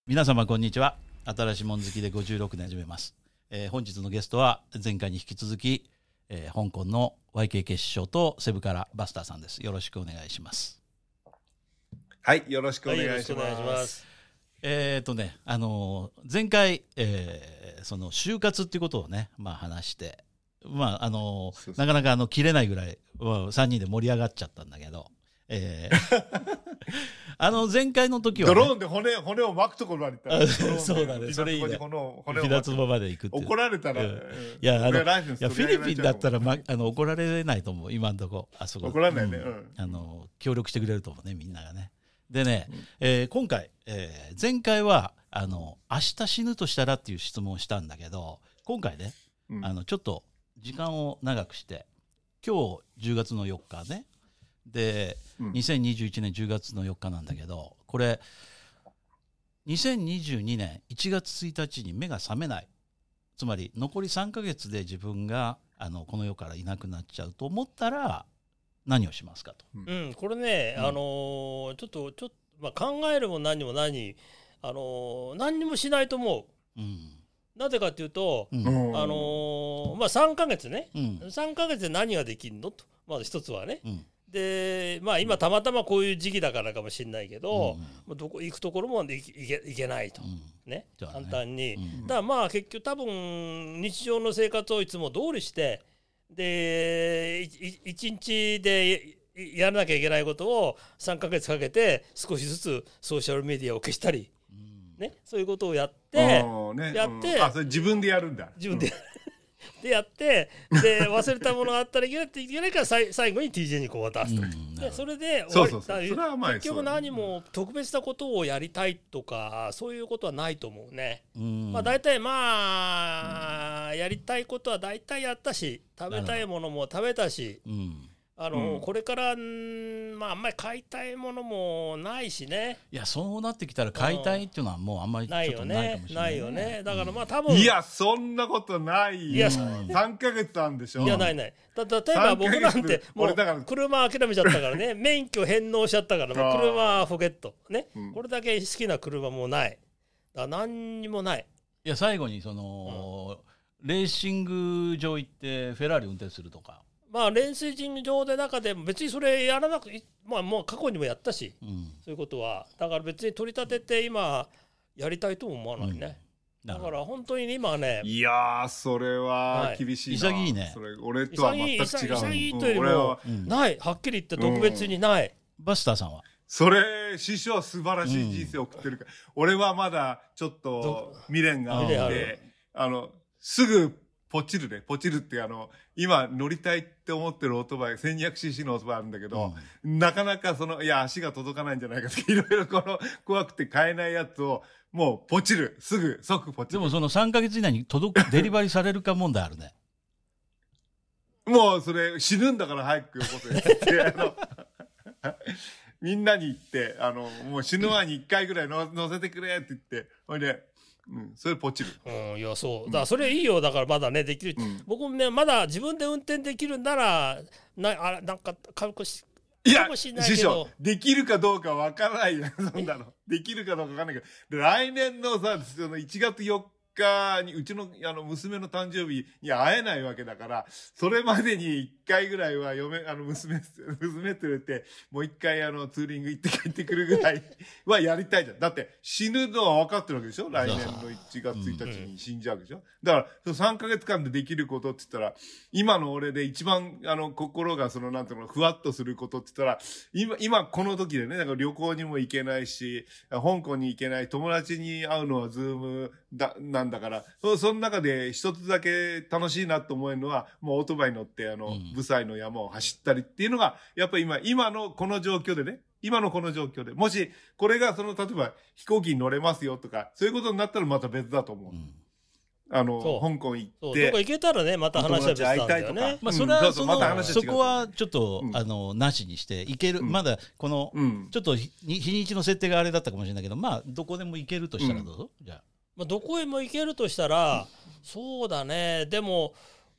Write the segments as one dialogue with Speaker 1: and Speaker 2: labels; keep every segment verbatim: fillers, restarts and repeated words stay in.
Speaker 1: 皆様こんにちは。新しいもん好きでごじゅうろくねん始めます、えー、本日のゲストは前回に引き続き、えー、香港の ワイケー 結晶とセブからバスターさんです。よろしくお願いします。
Speaker 2: はい、よろしくお願いします。
Speaker 3: はい、ます。
Speaker 1: えーとね、あのー、前回、えー、その就活っていうことをね、まあ、話して、まああのー、なかなかあの切れないぐらい、まあ、さんにんで盛り上がっちゃったんだけど、えー、あの前回の時は、ね、
Speaker 2: ドローンで骨骨を巻くところまで行った。
Speaker 1: そうだね、それいいね。平つばまで行くって。
Speaker 2: 怒られたら、うん、
Speaker 1: いやあのいやフィリピンだったら、ま、あの怒られないと思う。今のとこあそこ
Speaker 2: 怒られないね、うん
Speaker 1: うん、あの協力してくれると思うね、みんながね。でね、うんえー、今回、えー、前回はあの明日死ぬとしたらっていう質問をしたんだけど、今回ね、うん、あのちょっと時間を長くして、今日じゅうがつのよっかね。で、うん、にせんにじゅういちねんじゅうがつのよっかなんだけど、これにせんにじゅうにねんいちがつついたちに目が覚めない、つまり残りさんかげつで自分があのこの世からいなくなっちゃうと思ったら何をしますかと。
Speaker 3: うん、これね、うん、あのー、ちょっとちょっと、まあ、考えるも何も何、あのー、何にもしないと思う。うん、なぜかというと、うん、あのー、まあさんかげつね、うん、さんかげつで何ができるのと、まず一つはね。うんでまあ、今たまたまこういう時期だからかもしれないけど、うん、どこ行くところも行け、行けないと、うんね、簡単に、うん、だからまあ結局多分日常の生活をいつも通りしてでいちにちでやらなきゃいけないことをさんかげつかけて少しずつソーシャルメディアを消したり、うんね、そういうことをやって、
Speaker 2: ね、
Speaker 3: やって、うん、
Speaker 2: あそれ自分でやるんだ
Speaker 3: 自分でやる、うんでやってで忘れたものがあったらいけないっていけないから最後に ティージェー にこう渡すと、うん、でそれで終わり。
Speaker 2: そうそうそうそれはまあ
Speaker 3: 結局何も特別なことをやりたいとかそういうことはないと思うね、うんまあ、大体まあ、うん、やりたいことは大体やったし食べたいものも食べたし、うんあのうん、これから、まあ、あんまり買いたいものもないしね。
Speaker 1: いやそうなってきたら買いたいっていうのはもうあんまりちょっとないかもしれない、
Speaker 3: ないよね。ないよね。だからまあ多分
Speaker 2: いやそんなことないよ。いやさんかげつあるんでしょ。
Speaker 3: いやないない。だ例えば僕なんてもう車諦めちゃったからね免許返納しちゃったからもう車はフォゲットね、うん、これだけ好きな車もない。だから何にもない。
Speaker 1: いや最後にその、うん、レーシング場行ってフェラーリ運転するとか。
Speaker 3: まあ練習場で中で別にそれやらなくまあもう過去にもやったし、うん、そういうことはだから別に取り立てて今やりたいとも思わないね、うん、だから本当に今ね
Speaker 2: いやーそれは厳しいな、
Speaker 1: はい、潔いね。
Speaker 2: それ俺とは全く違う。
Speaker 3: 潔いというよりも、うん、ないはっきり言って特別にない、
Speaker 1: うん、バスターさんは
Speaker 2: それ師匠素晴らしい人生を送ってるから、うん、俺はまだちょっと未練があってあのすぐポチるね。ポチるってあの、今乗りたいって思ってるオートバイ、せんにひゃくシーシー のオートバイあるんだけど、うん、なかなかその、いや、足が届かないんじゃないかとか、いろいろこの、怖くて買えないやつを、もうポチる。すぐ、即ポチる。
Speaker 1: でもそのさんかげつ以内に届く、デリバリーされるか問題あるね。
Speaker 2: もうそれ、死ぬんだから早くよこせって、あの、みんなに言って、あの、もう死ぬ前にいっかいぐらいの乗せてくれって言って、ほいで、うん、それポチる。
Speaker 3: うん、いやそうだからそれいいよ。だからまだねできる、うん、僕もねまだ自分で運転できるならなあれなんか買うかし
Speaker 2: いや師匠できるかどうかわからないよそんなのできるかどうかわかんないけど来年のさそのいちがつよっかにうちのあの娘の誕生日に会えないわけだからそれまでにいっかいぐらいは嫁あの娘娘連れてもういっかいあのツーリング行って帰ってくるぐらいはやりたいじゃん。だって死ぬのは分かってるわけでしょ。来年のいちがつついたちに死んじゃうわけでしょ。だからそのさんかげつかんでできることって言ったら今の俺で一番あの心がそのなんていうのふわっとすることって言ったら今今この時でねなんか旅行にも行けないし香港に行けない友達に会うのはズームだなんだからそその中で一つだけ楽しいなと思えるのはもうオートバイ乗ってあの、うん、ブサイの山を走ったりっていうのがやっぱり今今のこの状況でね今のこの状況でもしこれがその例えば飛行機に乗れますよとかそういうことになったらまた別だと思う、うん、あの香港行って
Speaker 3: どこ行けたらねまた話は別なんだよね。
Speaker 1: まあそれはその、うん、そこはちょっと、うん、あのなしにして行ける、うん、まだこの、うん、ちょっと日にちの設定があれだったかもしれないけどまあどこでも行けるとしたらどうぞ、うん、じゃあ、
Speaker 3: まあ、どこへも行けるとしたら、うん、そうだねでも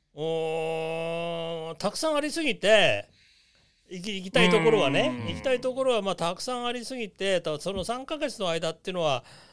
Speaker 3: たくさんありすぎて行き、行きたいところはね行きたいところはまあたくさんありすぎてそのさんかげつの間っていうのは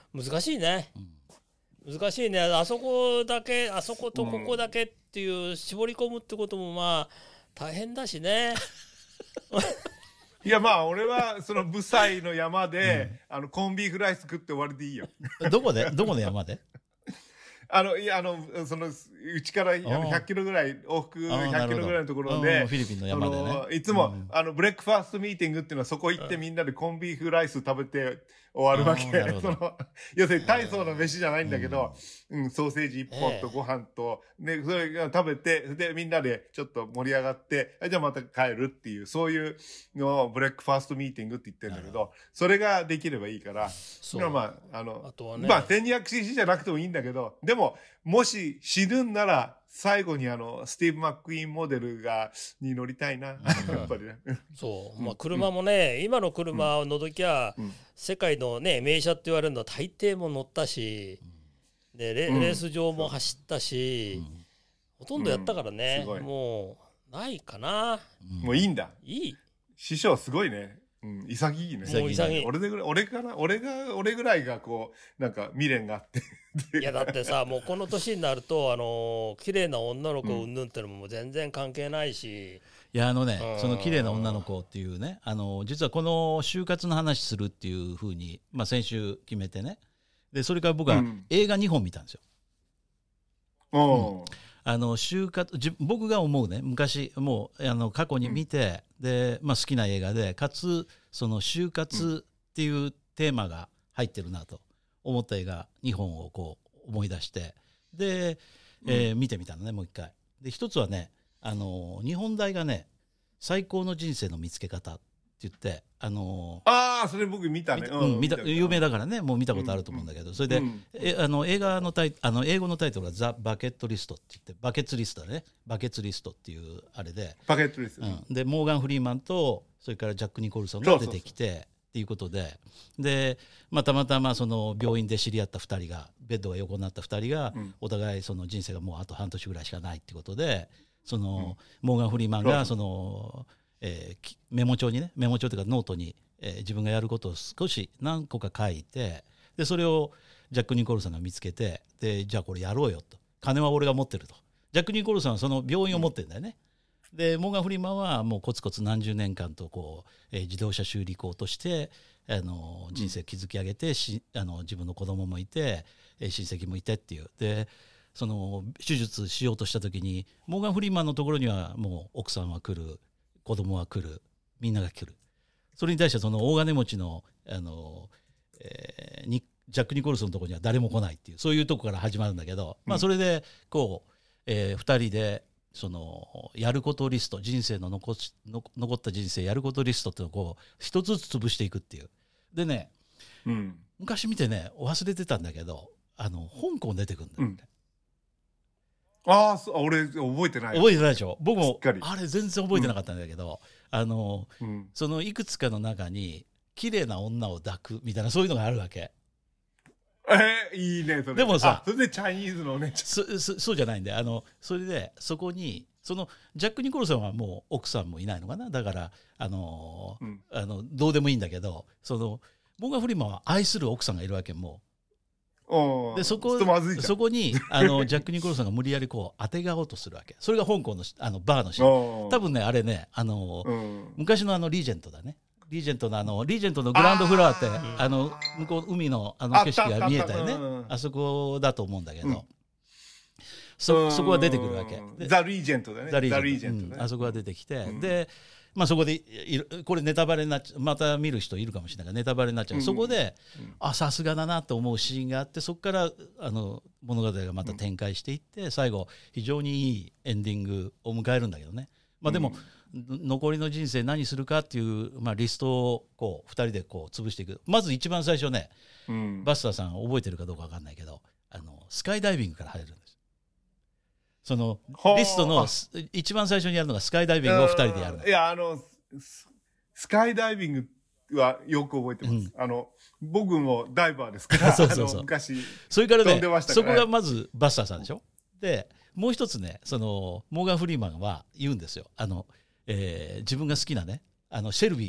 Speaker 3: 難しいね、うん、難しいね。あそこだけあそことここだけっていう絞り込むってこともまあ大変だしね
Speaker 2: いやまあ俺はその武西の山で、うん、あのコンビーフライス食って終わりでいいよ
Speaker 1: どこでどこの山で
Speaker 2: あのいやあのそのうちからあのひゃっキロぐらい往復ひゃっキロぐらいのところで
Speaker 1: フィリピンの山でね
Speaker 2: いつも、うん、あのブレックファーストミーティングっていうのはそこ行ってみんなでコンビーフライス食べて終わるわけその要するに大層な飯じゃないんだけど、うんうん、ソーセージいっぽんとご飯と、ね、それが食べてでみんなでちょっと盛り上がってじゃあまた帰るっていうそういうのをブレックファーストミーティングって言ってるんだけどそれができればいいからそうまああのあとはねまあ せんにひゃくシーシー じゃなくてもいいんだけどでももし死ぬんなら最後にあのスティーブ・マックイーンモデルがに乗りたいな、うん、やっぱりね
Speaker 3: そう、まあ、車もね、うん、今の車を除きゃ、うん、世界のね名車って言われるのは大抵も乗ったし、うん、で レ, レース場も走ったし、うん、ほとんどやったからね、うん、もうないかな、
Speaker 2: うん、もういいんだ
Speaker 3: いい
Speaker 2: 師匠すごいねうん、潔いね。
Speaker 3: もう潔い。
Speaker 2: 俺でぐらい、俺かな、俺が、俺ぐらいがこう、なんか未練があって。
Speaker 3: いやだってさ、もうこの年になると、あの綺麗な女の子うんぬんってのも全然関係ないし。
Speaker 1: いやあのね、その綺麗な女の子っていうね、あの実はこの就活の話するっていうふうに、まあ先週決めてね。でそれから僕は映画にほん見たんですよ。
Speaker 2: うん。うん
Speaker 1: あの就活僕が思うね昔もうあの過去に見て、うん、で、まあ、好きな映画でかつその就活っていうテーマが入ってるなと思った映画にほんをこう思い出してで、えー、見てみたのねもう一回で一つはねあの日本大がね最高の人生の見つけ方って言ってあの
Speaker 2: ー、ああそれ僕見たね、
Speaker 1: うん、見た有名だからねもう見たことあると思うんだけど、うん、それで、うん、えあの映画のタイあの英語のタイトルがザ・バケットリストって言ってバケツリストだねバケツリストっていうあれで
Speaker 2: バケットリスト、
Speaker 1: うん、でモーガン・フリーマンとそれからジャック・ニコルソンが出てきてっていうことでで、まあ、たまたまその病院で知り合ったふたりがベッドが横になったふたりが、うん、お互いその人生がもうあと半年ぐらいしかないってことでその、うん、モーガン・フリーマンがそのえー、メモ帳にねメモ帳というかノートに、えー、自分がやることを少し何個か書いてでそれをジャック・ニコルソンが見つけてでじゃあこれやろうよと金は俺が持ってるとジャック・ニコルソンはその病院を持ってるんだよね、うん、でモーガン・フリーマンはもうコツコツ何十年間とこう、えー、自動車修理工としてあの人生築き上げて、うん、しあの自分の子供もいて、えー、親戚もいてっていうでその手術しようとした時にモーガン・フリーマンのところにはもう奥さんは来る子供は来るみんなが来るそれに対してその大金持ちの、あの、えー、にジャック・ニコルソンのところには誰も来ないっていうそういうとこから始まるんだけど、うんまあ、それでこう、えー、ふたりでそのやることリスト人生の 残, しの残った人生やることリストっていうのをこう一つずつ潰していくっていうでね、うん、昔見てね忘れてたんだけどあの香港出てくるんだよね、うん
Speaker 2: ああ、俺覚えてない。
Speaker 1: 覚えてないでしょ。僕もあれ全然覚えてなかったんだけど、うん、あの、うん、そのいくつかの中に綺麗な女を抱くみたいなそういうのがあるわけ。
Speaker 2: えー、いいねそれ。
Speaker 1: でもさ、
Speaker 2: それでチャイニーズのお姉ち
Speaker 1: ゃん。そ, そ, そうじゃないんで、あのそれでそこにそのジャック・ニコルソンはもう奥さんもいないのかな。だからあの、うん、あのどうでもいいんだけど、そのモーガン・フリーマンは愛する奥さんがいるわけもう。でそこそこにあのジャック・ニコルソンが無理やりこう当てがおうとするわけそれが香港のあのバーのシーン多分ねあれねあの、うん、昔のあのリージェントだねリージェントのあのリージェントのグランドフロアって あ, あの向こう海のあの景色が見えたよね あ, あそこだと思うんだけど、うん、そ, そこは出てくるわけ
Speaker 2: ザ・リージェントだね
Speaker 1: ザ・リージェント、うん、あそこは出てきて、うん、でまあ、そこでこれネタバレになっちゃうまた見る人いるかもしれないからネタバレになっちゃう、うん、そこで、うん、あさすがだなと思うシーンがあってそこからあの物語がまた展開していって、うん、最後非常にいいエンディングを迎えるんだけどね、まあ、でも、うん、残りの人生何するかっていう、まあ、リストをこうふたりでこう潰していくまず一番最初ね、うん、バスターさん覚えてるかどうか分かんないけどあのスカイダイビングから入るんです。そのリストの一番最初にやるのがスカイダイビングをふたりでやるの。
Speaker 2: いやあのスカイダイビングはよく覚えてます、うん、あの僕もダイバーですから
Speaker 1: そうそうそう
Speaker 2: 昔
Speaker 1: それからねそこがまずバスターさんでしょ。でもう一つねそのモーガン・フリーマンは言うんですよあの、えー、自分が好きなねあのシェルビ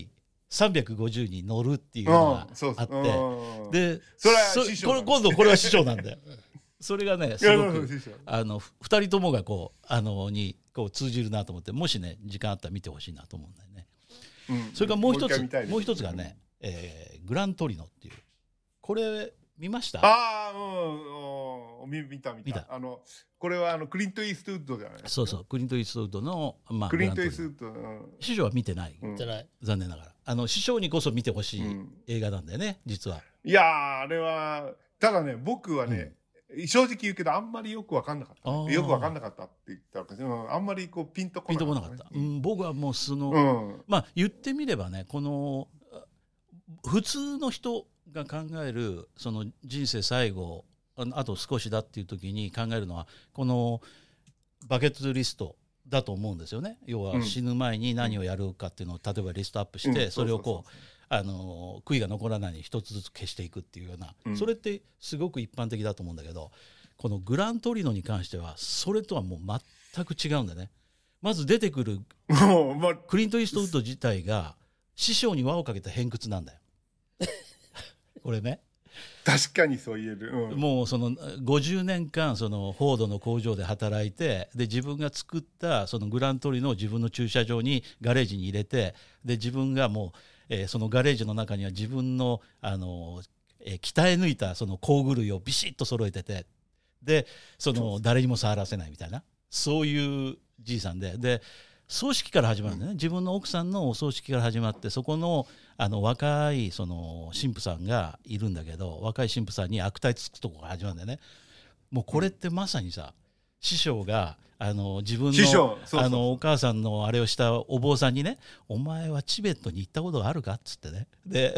Speaker 1: さんびゃくごじゅうに乗るっていうのがあって、で
Speaker 2: それは師匠
Speaker 1: これ今度これは師匠なんだよそれがねすごくあのふたりともがこうあのにこう通じるなと思って、もしね時間あったら見てほしいなと思うんだよね、うん、それからもう一つも, もう一つがね、えー、グラントリノっていう、これ見ました？
Speaker 2: ああ、うん、見た見た。見た。あのこれはあのクリント・イーストウッドじゃないですか。
Speaker 1: そうそう、クリント・イーストウッドの、まあ、
Speaker 2: クリント・イーストウッド、うん、
Speaker 1: 師匠は見てない、
Speaker 3: 見てない、
Speaker 1: 残念ながら。あの師匠にこそ見てほしい映画なんだよね、うん、実は。
Speaker 2: いやー、あれはただね、僕はね、うん、正直言うけどあんまりよく分かんなかった、ね、よく分かんなかったって言ったわけです、うん、あんまりこうピンとこなかった、ね、
Speaker 1: ピンとこなかった、うん、僕はもうその、うん、まあ言ってみればね、この普通の人が考えるその人生最後あと少しだっていう時に考えるのはこのバケットリストだと思うんですよね。要は死ぬ前に何をやるかっていうのを例えばリストアップしてそれをこうあの悔いが残らないように一つずつ消していくっていうような、それってすごく一般的だと思うんだけど、このグラントリノに関してはそれとはもう全く違うんだよね。まず出てくるクリント・イーストウッド自体が師匠に輪をかけた偏屈なんだよこれね、
Speaker 2: 確かにそう言える、
Speaker 1: うん、もうそのごじゅうねんかんそのフォードの工場で働いて、で自分が作ったそのグラントリノを自分の駐車場にガレージに入れて、で自分がもう、えー、そのガレージの中には自分の、あの、えー、鍛え抜いたその工具類をビシッと揃えてて、でその誰にも触らせないみたいな、そういうじいさんで、で葬式から始まるんだね、うん、自分の奥さんのお葬式から始まって、そこのあの若いその神父さんがいるんだけど、若い神父さんに悪態つくとこから始まるんだよね。もうこれってまさにさ、師匠があの自分 の,
Speaker 2: そうそうそう
Speaker 1: あのお母さんのあれをしたお坊さんにね、お前はチベットに行ったことがあるかっつってね、で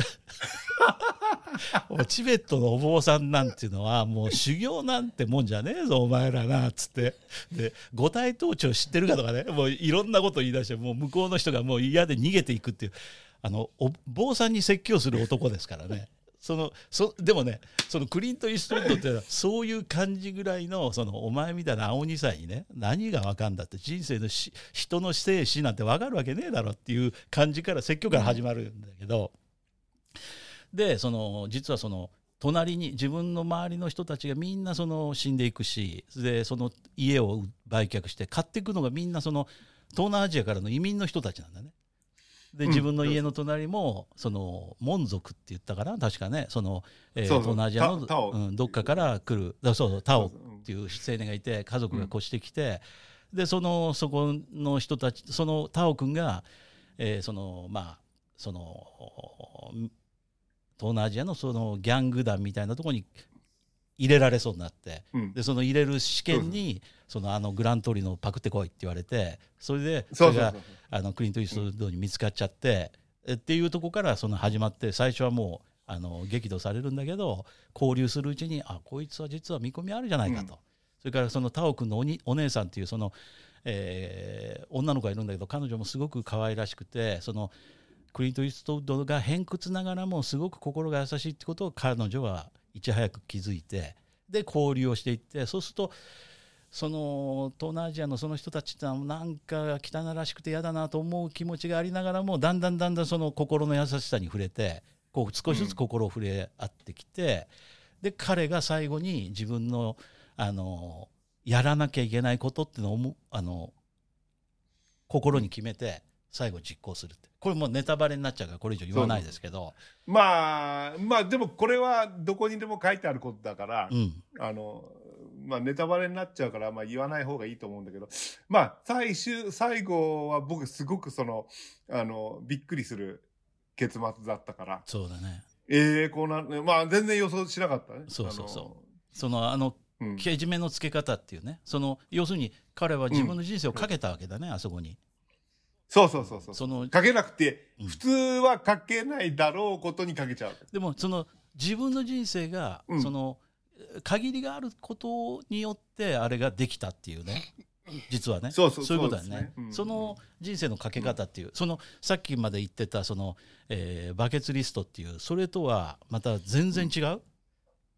Speaker 1: チベットのお坊さんなんていうのはもう修行なんてもんじゃねえぞお前らなっつって、で五体統治を知ってるかとかね、もういろんなこと言い出して、もう向こうの人がもう嫌で逃げていくっていう、あのお坊さんに説教する男ですからね。そのそでもね、そのクリント・イーストウッドっていうのはそういう感じぐらいの、そのお前みたいな青にさいにね、何が分かんだって、人生のし人の生死なんて分かるわけねえだろっていう感じから説教から始まるんだけど、うん、でその実はその隣に自分の周りの人たちがみんなその死んでいくし、でその家を売却して買っていくのがみんなその東南アジアからの移民の人たちなんだね。で自分の家の隣もそのモン族って言ったかな、確かね、その、えー、そうそう東南アジアの、うん、どっかから来る、そうそうタオっていう青年がいて、家族が越してきて、うん、でそのそこの人たち、そのタオ君が、えー、そのまあその東南アジアのそのギャング団みたいなところに入れられそうになって、うん、でその入れる試験にそのあのグラントリノをパクってこいって言われて、それでそれがあのクリント・イーストウッドに見つかっちゃって、うん、っていうとこからその始まって、最初はもうあの激怒されるんだけど、交流するうちに、あこいつは実は見込みあるじゃないかと、うん、それからそのタオ君の お, にお姉さんっていうその、えー、女の子がいるんだけど、彼女もすごく可愛らしくて、そのクリント・イーストウッドが偏屈ながらもすごく心が優しいってことを彼女はいち早く気づいて、で交流をしていって、そうするとその東南アジアのその人たちってのはなんか汚らしくて嫌だなと思う気持ちがありながらも、だんだんだんだんその心の優しさに触れて、こう少しずつ心を触れ合ってきて、うん、で彼が最後に自分のあのやらなきゃいけないことっていうのをあの心に決めて最後実行するって、これもうネタバレになっちゃうからこれ以上言わないですけど、
Speaker 2: まあまあでもこれはどこにでも書いてあることだから、うん、あのまあネタバレになっちゃうからまあ言わない方がいいと思うんだけど、まあ最終最後は僕すごくそのあのびっくりする結末だったから。
Speaker 1: そうだね。
Speaker 2: ええー、こうなまあ全然予想しなかったね。
Speaker 1: そうそうそう。そのあのけじめのつけ方っていうね、その要するに彼は自分の人生をかけたわけだね、うん、あそこに。
Speaker 2: そうそうそうそう。そのかけなくて、うん、普通はかけないだろうことにかけちゃう。
Speaker 1: でもその自分の人生が、うん、その限りがあることによってあれができたっていうね、実はね、そうそうそういうことだよね。そ, ね、うん、その人生のかけ方っていう、うん、そのさっきまで言ってたその、えー、バケツリストっていうそれとはまた全然違う、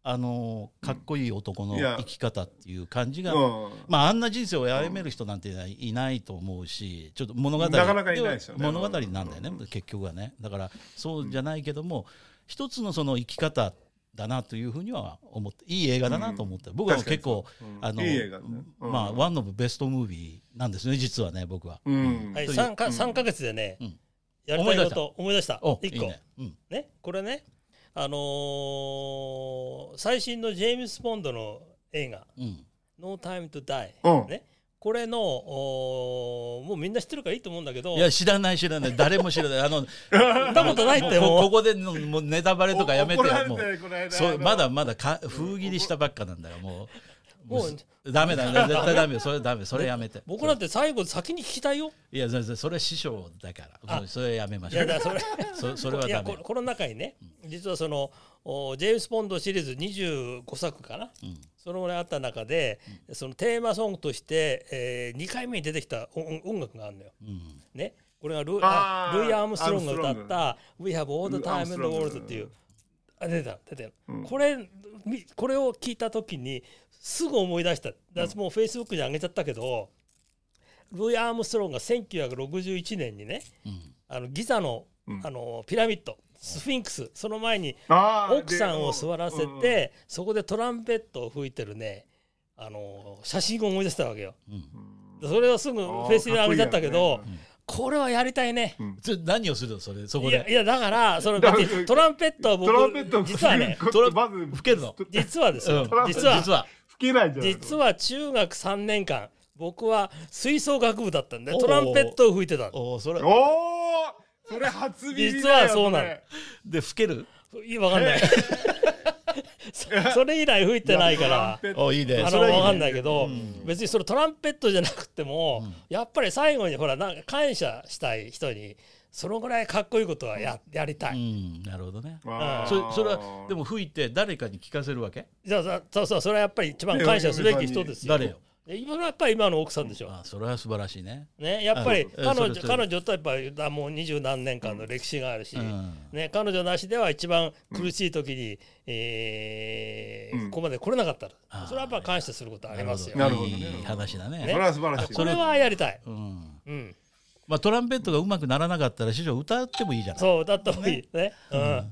Speaker 1: あのかっこいい男の生き方っていう感じが、うん、まああんな人生を歩める人なんていないと思うし、ちょっと物語
Speaker 2: なかなかいないですよね。
Speaker 1: 物語なんだよね、うん、結局はね。だからそうじゃないけども、一つのその生き方だなというふうには思って、いい映画だなと思って、うん、僕は結構、うん、あのいい映画、ね、うん、まあワンオブベストムービーなんですね実はね僕は。
Speaker 3: うん、はい、3, かさんかげつでね、うん、やりたいこと思い出したいっこいいね、うん、ねこれね。あのー、最新のジェームス・ボンドの映画、うん、No Time to Die、うんね、これのもうみんな知ってるからいいと思うんだけど、
Speaker 1: いや知らない知らない誰も知らないあの
Speaker 3: 見たことないってもう
Speaker 1: こ, ここでのもうネタバレとかやめてよもうそうまだまだか封切りしたばっかなんだよもう。もうダメだ絶対ダメよそれダメそれやめて。
Speaker 3: 僕なんて最後先に聞きたいよ。
Speaker 1: いやそれは師匠だからそれやめましょう。いやだそれ そ, それはダメ。いや こ,
Speaker 3: この中にね実はそのジェームス・ボンドシリーズにじゅうごさくかな、うん、そのぐらいあった中で、うん、そのテーマソングとして、えー、にかいめに出てきた音楽があるのよ、うん、ねこれが ル, あルイ・アームストロングが歌った「We have all the time in the world」っていうあ出た出てる、うん、これこれを聞いた時にすぐ思い出した。だもうフェイスブックに上げちゃったけど、ルイ・アームストロングがせんきゅうひゃくろくじゅういちねんにね、うん、あのギザ の, あのピラミッドスフィンクスその前に奥さんを座らせてそこでトランペットを吹いてるねあの写真を思い出したわけよ、うん、それをすぐフェイスに上げちゃったけど、ね、これはやりたいね、うん、
Speaker 1: 何をするのそれそこで。
Speaker 3: いや、いやだからそのトランペットは僕実はね
Speaker 1: トラまず吹けるの
Speaker 3: 実はですよ、うん、実は
Speaker 1: 実は
Speaker 2: 吹けないじゃない
Speaker 3: 実は中学さんねんかん僕は吹奏楽部だったんでトランペットを吹いてた。
Speaker 1: おおそれ
Speaker 2: おそれ初耳だよ。
Speaker 3: 実はそうなの
Speaker 1: で吹ける
Speaker 3: いや分かんないそ, それ以来吹いてないから
Speaker 1: おいいね
Speaker 3: あの分かんないけど、うん、別にそれトランペットじゃなくても、うん、やっぱり最後にほらなんか感謝したい人にそのぐらいかっこいいことは や, やりたい、
Speaker 1: うん、なるほどね、うん、そ, それはでも吹いて誰かに聞かせるわけ。
Speaker 3: そうそうそれはやっぱり一番感謝すべき人ですよ。
Speaker 1: 誰よ。
Speaker 3: 今のやっぱり今の奥さんでしょ、うん、
Speaker 1: あそれは素晴らしいね。
Speaker 3: ねやっぱり彼女彼女とやっぱりもう二十何年間の歴史があるし、うんね、彼女なしでは一番苦しい時に、うんえーうん、ここまで来れなかったらそれはやっぱ感謝することありますよ。
Speaker 2: なるほど、
Speaker 1: いい話だ ね,
Speaker 2: ねそれは素晴らしい。
Speaker 3: それはやりたい、
Speaker 1: うんうんまあ、トランペットがうまくならなかったら師匠歌ってもいいじゃない。
Speaker 3: そう歌ってもいい ね, ね、うんうん、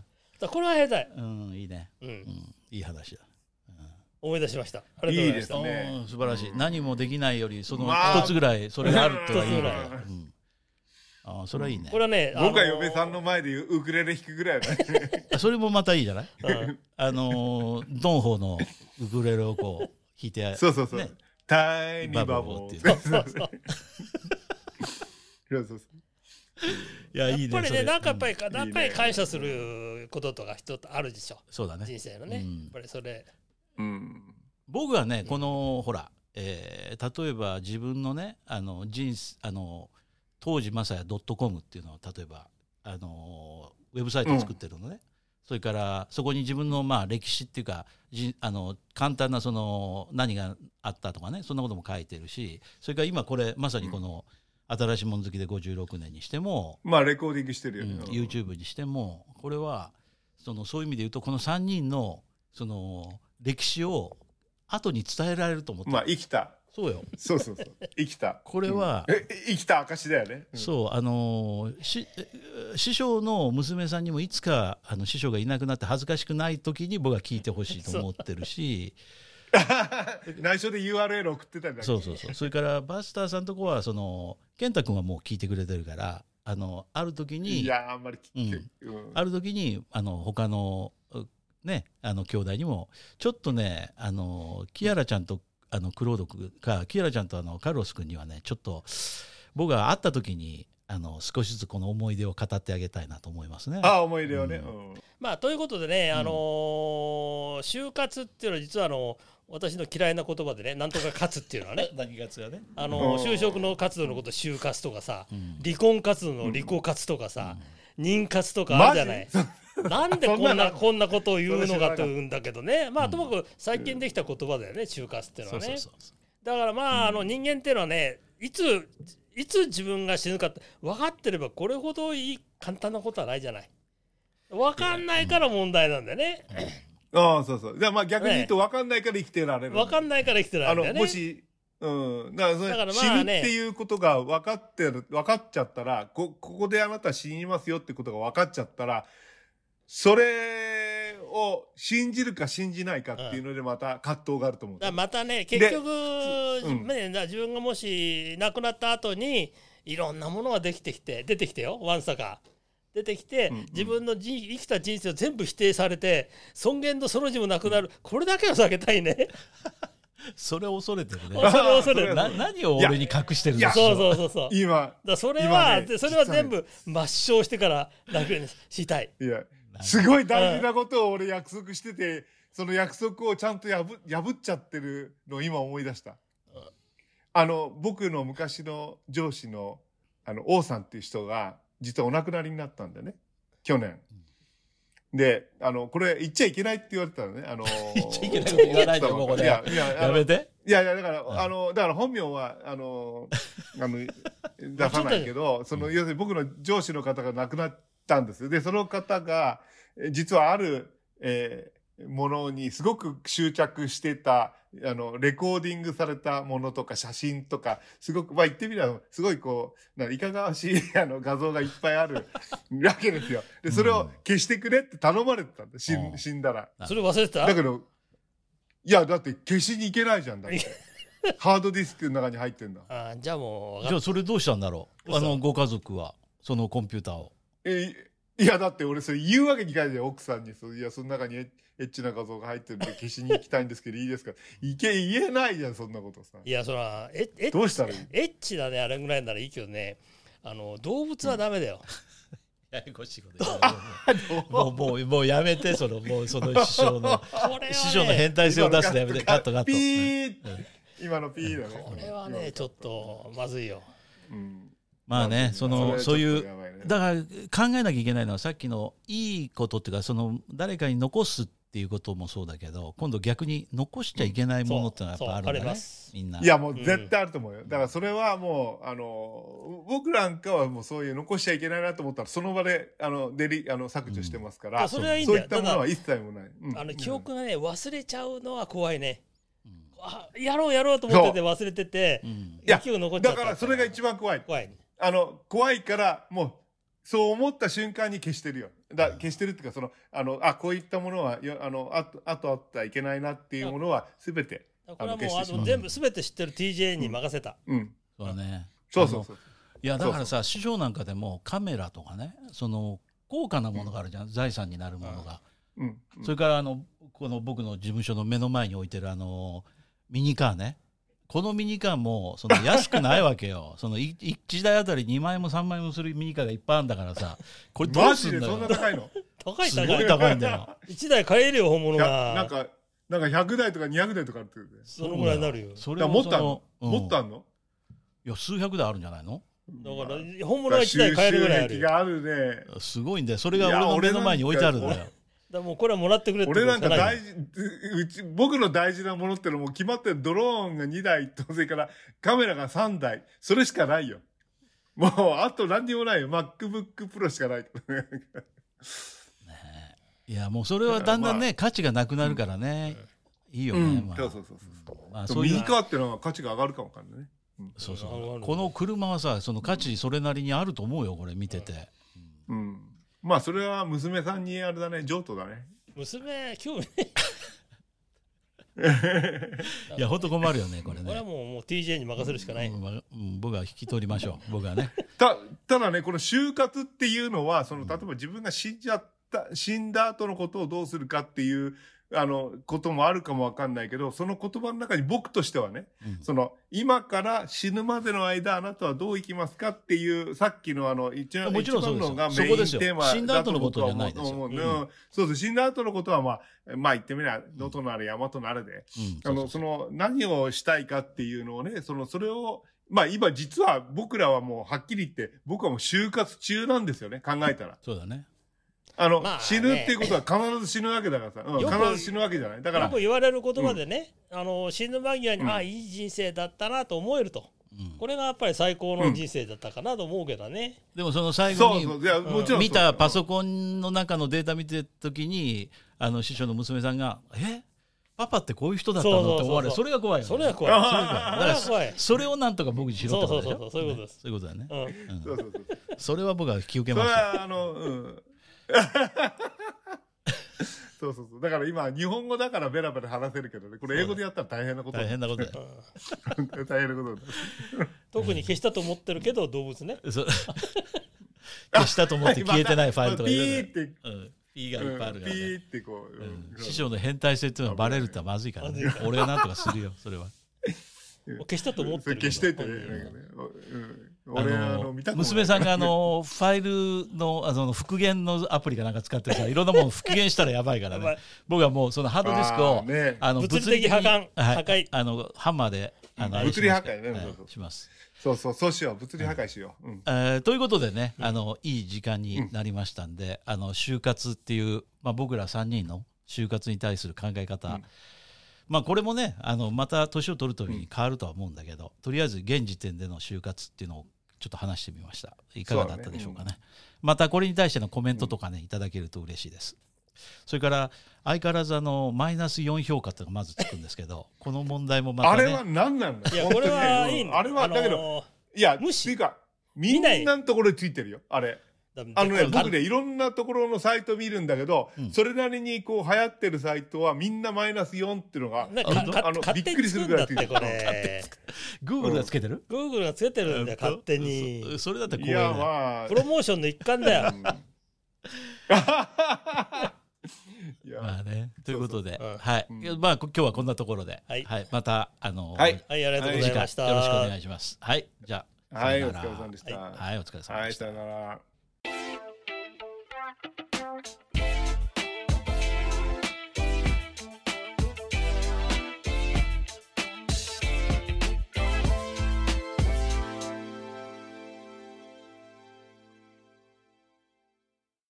Speaker 3: これはやりたい、
Speaker 1: うん、いいね、うんうん、いい話だ。
Speaker 3: 思い出しました。ありがとうございました。
Speaker 2: いいです
Speaker 1: ね、素晴らしい。何もできないよりその一つぐらいそれがあるってはいいね、うん、あそれはいいね。
Speaker 3: これはね
Speaker 2: 僕は嫁さんの前でウクレレ弾くぐらいだね
Speaker 1: それもまたいいじゃない、うん、あのドンホのウクレレをこう弾いて
Speaker 2: そうそうそう、ね、タイニーバボーっていうそうそうそうそうそう
Speaker 1: いやいいね。
Speaker 3: やっぱりねなんかやっぱり、うん、やっぱり感謝することとか人とあるでしょ。
Speaker 1: そうだね
Speaker 3: 人生のね、うん、やっぱりそれ
Speaker 2: うん、
Speaker 1: 僕はねこの、うん、ほら、えー、例えば自分のねあの人あの当時まさや .com っていうのを例えばあのウェブサイトを作ってるのね、うん、それからそこに自分のまあ歴史っていうかじあの簡単なその何があったとかねそんなことも書いてるし、それから今これまさにこの新しいもの好きでごじゅうろくねんにしても、
Speaker 2: まあレコーディングしてるよね、うん、
Speaker 1: YouTube にしてもこれはそのそういう意味で言うとこのさんにんのその歴史を後に伝えられると思って。
Speaker 2: まあ生きた
Speaker 1: そうよ
Speaker 2: そうそうそう生きた
Speaker 1: これは、
Speaker 2: うん、え生きた証だよね、
Speaker 1: うん、そうあのし師匠の娘さんにもいつかあの師匠がいなくなって恥ずかしくない時に僕は聞いてほしいと思ってるし
Speaker 2: 内緒で ユーアールエル 送ってたんだ。
Speaker 1: そうそうそう。それからバスターさんとこはその健太君はもう聞いてくれてるからあのある時に
Speaker 2: いやあんまり聞いて、
Speaker 1: うんうん、ある時にあの他のね、あの兄弟にもちょっとねあのキアラちゃんとあのクロード君かキアラちゃんとあのカルロス君にはねちょっと僕が会った時にあの少しずつこの思い出を語ってあげたいなと思いますね。
Speaker 2: あ思い出をね、
Speaker 3: うんうん、まあということでね、あのー、就活っていうのは実はあの私の嫌いな言葉でねなんとか活っていうのはね
Speaker 1: 何活がね
Speaker 3: あの就職の活動のこと就活とかさ、うん、離婚活動の離婚活とかさ、うん、妊活とかあるじゃない、なんでこんなこんなことを言うのかというんだけどね、まあともかく最近できた言葉だよね、就活っていうのはね。だからまああの人間っていうのはね、いついつ自分が死ぬかって分かってればこれほどいい簡単なことはないじゃない。分かんないから問題なんだよね。
Speaker 2: ああ、そうそう。じゃあまあ逆に言うと分かんないから生きてられる。
Speaker 3: 分かんないから生きてられるんだよね。
Speaker 2: あの、もし、うん。だからそれ、
Speaker 3: だからま
Speaker 2: 死ぬっ
Speaker 3: あね
Speaker 2: ていうことが分かってる、分かっちゃったら、こ、ここであなた死にますよってことが分かっちゃったら、それを信じるか信じないかっていうのでまた葛藤があると思う。
Speaker 3: だからまたね、結局、
Speaker 2: うん
Speaker 3: ね、自分がもし亡くなった後に、いろんなものができてきて、出てきてよ、ワンサか。出てきて、
Speaker 2: うんうん、
Speaker 3: 自分のじ生きた人生を全部否定されて、尊厳とその字もなくなる、うん、これだけは避けたいね。
Speaker 1: それを恐れてるね。
Speaker 3: それを恐れる。
Speaker 1: な何を俺に隠してるんだ。
Speaker 3: そうそうそうそう。
Speaker 2: 今。
Speaker 3: だそれは、ね、それは全部抹消してから楽にしたい。
Speaker 2: いや、すごい大事なことを俺約束してて、その約束をちゃんと破破っちゃってるのを今思い出した。うん、あの、僕の昔の上司の、あの、王さんっていう人が、実はお亡くなりになったんだよね。去年。で、あの、これ言っちゃいけないって言われてたのね。あの、
Speaker 1: 言っちゃいけないって言わないで、ここで。いや、いや、
Speaker 2: や
Speaker 1: めて。
Speaker 2: いやいや、だから、うん、あの、だから本名は、あの、あの、出さないけど、その、要するに僕の上司の方が亡くなったんですよ。で、その方が、実はある、えー、ものにすごく執着してた、あの、レコーディングされたものとか写真とか、すごく、まあ言ってみれば、すごいこう、いかがわしいあの画像がいっぱいあるわけですよ。で、それを消してくれって頼まれてたんだ、死ん、死んだら。
Speaker 3: それ忘れてた？
Speaker 2: だけど、いや、だって消しに行けないじゃんだって。ハードディスクの中に入ってんだ。
Speaker 3: あ、じゃあもう。
Speaker 1: じゃあそれどうしたんだろう、あの、ご家族は、そのコンピューターを。
Speaker 2: え、いや、だって俺それ言うわけにいかないじゃん、奥さんに。いや、その中にエッチな画像が入ってるんで消しに行きたいんですけどいいですか？いけ、言えないじゃん、そんなことさ。
Speaker 3: いや、そら、え、え、
Speaker 2: どうしたらいい？
Speaker 3: エッチだね、あれぐらいならいいけどね、あの、動物はダメだよ。
Speaker 1: ややこしいこと言う。もう、もう、もうやめて、その、もうその師匠の、ね、師匠の変態性を出すのやめて、カットカット。
Speaker 2: ピー、うん、今のピーだね。
Speaker 3: これはね、ちょっと、まずいよ。
Speaker 2: うん、
Speaker 1: まあね、その、そういう、だから考えなきゃいけないのは、さっきのいいことっていうか、その、誰かに残すっていうこともそうだけど、今度逆に残しちゃいけないものってのはやっぱあるんだね、みんな。
Speaker 2: いや、もう絶対あると思うよ。だからそれはもう、あの、僕なんかはもうそういう残しちゃいけないなと思ったら、その場で、あの、デリ、あの、削除してますから、うん、
Speaker 3: それはいいんだよ。
Speaker 2: そういったものは一切もない。
Speaker 3: うん、あの、記憶がね、忘れちゃうのは怖いね。うん、あ、やろうやろうと思ってて忘れてて、うん、いや、
Speaker 2: だからそれが一番怖い。
Speaker 3: 怖い。
Speaker 2: あの、怖いから、もう、そう思った瞬間に消してるよ。だ消してるっていうか、その、あの、あ、こういったものは、あの、あと、あとあったらいけないなっていうものは、すべて、
Speaker 3: これはもう、あの、全部、すべて知ってる ティージェー に任せた。
Speaker 2: うん。うん、
Speaker 1: そうだね。
Speaker 2: そうそうそう。
Speaker 1: いや、だからさ、師匠なんかでもカメラとかね、その、高価なものがあるじゃん。うん、財産になるものが。
Speaker 2: うん。
Speaker 1: それから、あの、この僕の事務所の目の前に置いてる、あの、ミニカーね。このミニカーもその安くないわけよ。そのいちだいあたりにまんえんもさんまんえんもするミニカーがいっぱいあるんだからさ。これどうすんだよ。
Speaker 2: マジでそんな高いの？
Speaker 3: 高い高い。
Speaker 1: すごい高いんだよ。
Speaker 3: いちだい買えるよ、本物が。
Speaker 2: なんか、なんかひゃくだいとかにひゃくだいとかあるってことで。
Speaker 3: そのぐらいになるよ。
Speaker 2: それを持ったの？持ったの？
Speaker 1: いや、数百台あるんじゃないの？
Speaker 3: だから、本物はいちだい買えるぐらいあるよ。
Speaker 2: があるね。
Speaker 1: すごいんだよ。それが俺の目の前に置いてあるんだよ。
Speaker 3: だもうこれはもらってくれって
Speaker 2: 俺なんか大事、うち、僕の大事なものってのも決まってるドローンがにだいと、それからカメラがさんだい。それしかないよ。もう、あと何にもないよ。MacBook Pro しかない。ね、
Speaker 1: いや、もうそれはだんだんね、まあ、価値がなくなるからね。うん、いいよね。
Speaker 2: うん、
Speaker 1: まあ、
Speaker 2: そうそうそうそう。
Speaker 1: まあ、
Speaker 2: そういうミニカーっていうのは価値が上がるかもわかんないね。
Speaker 1: うん、そうそう。この車はさ、その価値それなりにあると思うよ、これ見てて。
Speaker 2: うん。うん、まあそれは娘さんにあれだね、譲渡だね。
Speaker 3: 娘興味
Speaker 1: いや本当困るよねこれね。
Speaker 3: これはもうもう ティージェー に任せるしかない。
Speaker 1: うんうん、僕は引き取りましょう。僕はね。
Speaker 2: たただねこの就活っていうのはその例えば自分が死んじゃった死んだ後のことをどうするかっていうあのこともあるかもわかんないけど、その言葉の中に僕としてはね、うん、その今から死ぬまでの間あなたはどう生きますかっていうさっきのあの一番
Speaker 1: もちろんそうですよ。
Speaker 2: のがメインテーマ
Speaker 1: 死んだ後のことじゃないですよ。
Speaker 2: うん、そうそう死んだ後のことはまあまあ言ってみれば野となれ山となれで、うん、あのその何をしたいかっていうのをね、そのそれをまあ今実は僕らはもうはっきり言って僕はもう就活中なんですよね、考えたら。
Speaker 1: そうだね。
Speaker 2: あの、まあね、死ぬっていうことは必ず死ぬわけだからさ、うん、必ず死ぬわけじゃない。だから
Speaker 3: よく言われる言葉でね、うん、あの死ぬ間際に、うん、ああいい人生だったなと思えると、うん、これがやっぱり最高の人生だったかなと思うけどね、
Speaker 1: うん、でもその最後に
Speaker 2: そうそういやもちろん
Speaker 1: 見たパソコンの中のデータ見てるときにあの師匠の娘さんが「えパパってこういう人だったの?」って思われる。それが怖いよね。
Speaker 3: それが怖い。それ
Speaker 1: が怖い。それをなんとか僕にしろってことでしょ。
Speaker 3: そうそうそうそういうことです。
Speaker 1: そういうことだね。
Speaker 2: うん。そうそうそう。
Speaker 1: それは僕は引き受けます。
Speaker 2: それはあのうん。そうそうそう。だから今日本語だからベラベラ話せるけどね。これ英語でやったら大変なことだ。
Speaker 1: 大変なことだよ。
Speaker 2: 大変なことだ。
Speaker 3: 特に消したと思ってるけど動物ね。
Speaker 1: 消したと思って消えてないファイルとか
Speaker 2: ピーって、
Speaker 1: ピーがいっぱいあるから、ね。
Speaker 2: ピーってこ
Speaker 1: う、師匠の変態性っていうのはバレるってまずいからね。俺がなんとかするよ、それは。
Speaker 3: 消したと思ってる。
Speaker 2: 消してってね。俺あの見たくない。
Speaker 1: 娘さんがあのファイルのあの復元のアプリかなんか使ってさ、いろんなもの復元したらやばいからね。僕はもうそのハードディスクをあの
Speaker 3: 物理的破壊破壊
Speaker 1: あのハンマーであの
Speaker 2: 物理破壊ね
Speaker 1: します。
Speaker 2: そうそうそうしよう。物理破壊しよう。
Speaker 1: うんえー、ということでね、あのいい時間になりましたんで、うん、あの就活っていう、まあ、僕らさんにんの就活に対する考え方、うん、まあこれもねあのまた年を取るたびに変わるとは思うんだけど、うん、とりあえず現時点での就活っていうのをちょっと話してみました。いかがだったでしょうかね。ねうん、またこれに対してのコメントとかね、いただけると嬉しいです。それから相変わらずあのマイナスよん評価っていうのがまずつくんですけどこの問題もまたね
Speaker 2: あれは何なんだ
Speaker 3: いやこれはいい
Speaker 2: あれはだけどいや無視っていうかみんなのところについてるよあれあのね僕ねいろんなところのサイト見るんだけど、うん、それなりにこう流行ってるサイトはみんなマイナスよんっていうのがあのびっくりするぐらいついてる。
Speaker 1: グーグルがつけてる？
Speaker 3: グーグルがつけてるんだよ勝手に。
Speaker 1: それだって怖い。
Speaker 2: いやまあ
Speaker 3: プロモーションの一環だよ。
Speaker 1: まあね、ということで、はい、まあ今日はこんなところで、はい、またあの
Speaker 3: はい、ありがとうございました。
Speaker 1: よろしくお願いします。はい、じゃあ、
Speaker 2: はい、お疲れ様でした。
Speaker 1: はい、お疲れ様でした。
Speaker 2: はい、さよなら。